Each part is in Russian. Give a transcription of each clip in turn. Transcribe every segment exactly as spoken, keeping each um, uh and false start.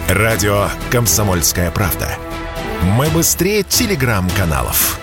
Радио «Комсомольская правда». Мы быстрее телеграм-каналов.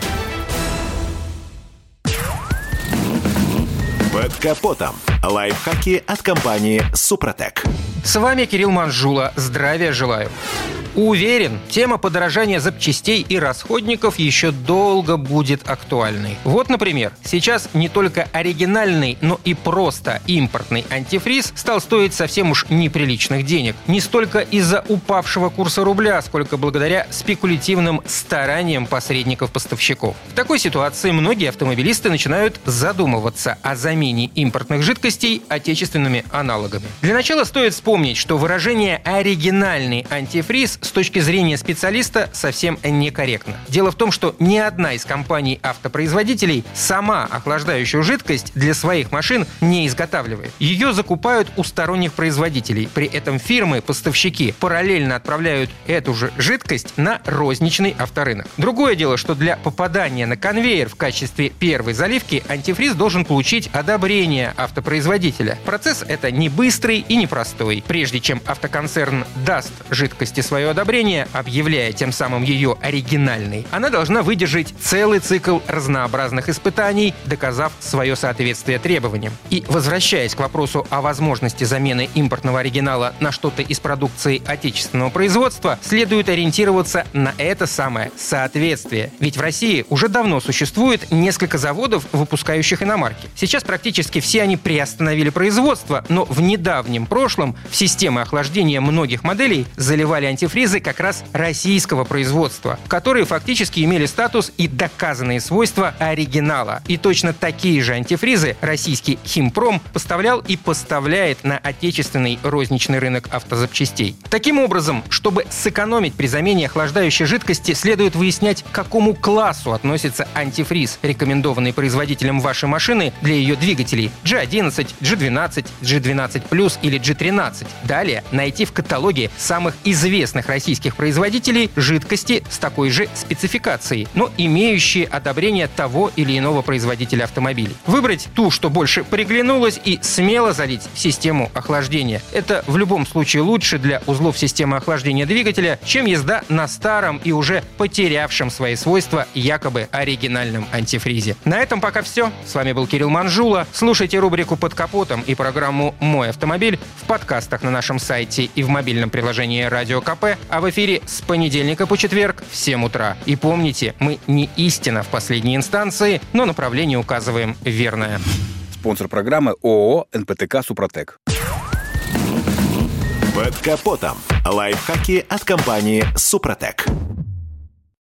Под капотом. Лайфхаки от компании «Супротек». С вами Кирилл Манжула. Здравия желаю. Уверен, тема подорожания запчастей и расходников еще долго будет актуальной. Вот, например, сейчас не только оригинальный, но и просто импортный антифриз стал стоить совсем уж неприличных денег. Не столько из-за упавшего курса рубля, сколько благодаря спекулятивным стараниям посредников-поставщиков. В такой ситуации многие автомобилисты начинают задумываться о замене импортных жидкостей отечественными аналогами. Для начала стоит вспомнить, что выражение «оригинальный антифриз» с точки зрения специалиста совсем некорректно. Дело в том, что ни одна из компаний-автопроизводителей сама охлаждающую жидкость для своих машин не изготавливает. Ее закупают у сторонних производителей. При этом фирмы-поставщики параллельно отправляют эту же жидкость на розничный авторынок. Другое дело, что для попадания на конвейер в качестве первой заливки антифриз должен получить одобрение автопроизводителя. Процесс это не быстрый и не простой. Прежде чем автоконцерн даст жидкости свое одобрение, объявляя тем самым ее оригинальной, она должна выдержать целый цикл разнообразных испытаний, доказав свое соответствие требованиям. И возвращаясь к вопросу о возможности замены импортного оригинала на что-то из продукции отечественного производства, следует ориентироваться на это самое соответствие. Ведь в России уже давно существует несколько заводов, выпускающих иномарки. Сейчас практически все они приостановили производство, но в недавнем прошлом в системы охлаждения многих моделей заливали антифризы как раз российского производства, которые фактически имели статус и доказанные свойства оригинала. И точно такие же антифризы российский химпром поставлял и поставляет на отечественный розничный рынок автозапчастей. Таким образом, чтобы сэкономить при замене охлаждающей жидкости, следует выяснять, к какому классу относится антифриз, рекомендованный производителем вашей машины для ее двигателей джи одиннадцать, джи двенадцать, джи двенадцать плюс или джи тринадцать. Далее найти в каталоге самых известных российских производителей жидкости с такой же спецификацией, но имеющие одобрение того или иного производителя автомобилей. Выбрать ту, что больше приглянулась, и смело залить в систему охлаждения. Это в любом случае лучше для узлов системы охлаждения двигателя, чем езда на старом и уже потерявшем свои свойства якобы оригинальном антифризе. На этом пока все. С вами был Кирилл Манжула. Слушайте рубрику «Под капотом» и программу «Мой автомобиль» в подкастах на нашем сайте и в мобильном приложении «Радио КП», а в эфире с понедельника по четверг в семь утра. И помните, мы не истина в последней инстанции, но направление указываем верное. Спонсор программы ООО эн пэ тэ ка «Супротек». Под капотом. Лайфхаки от компании «Супротек».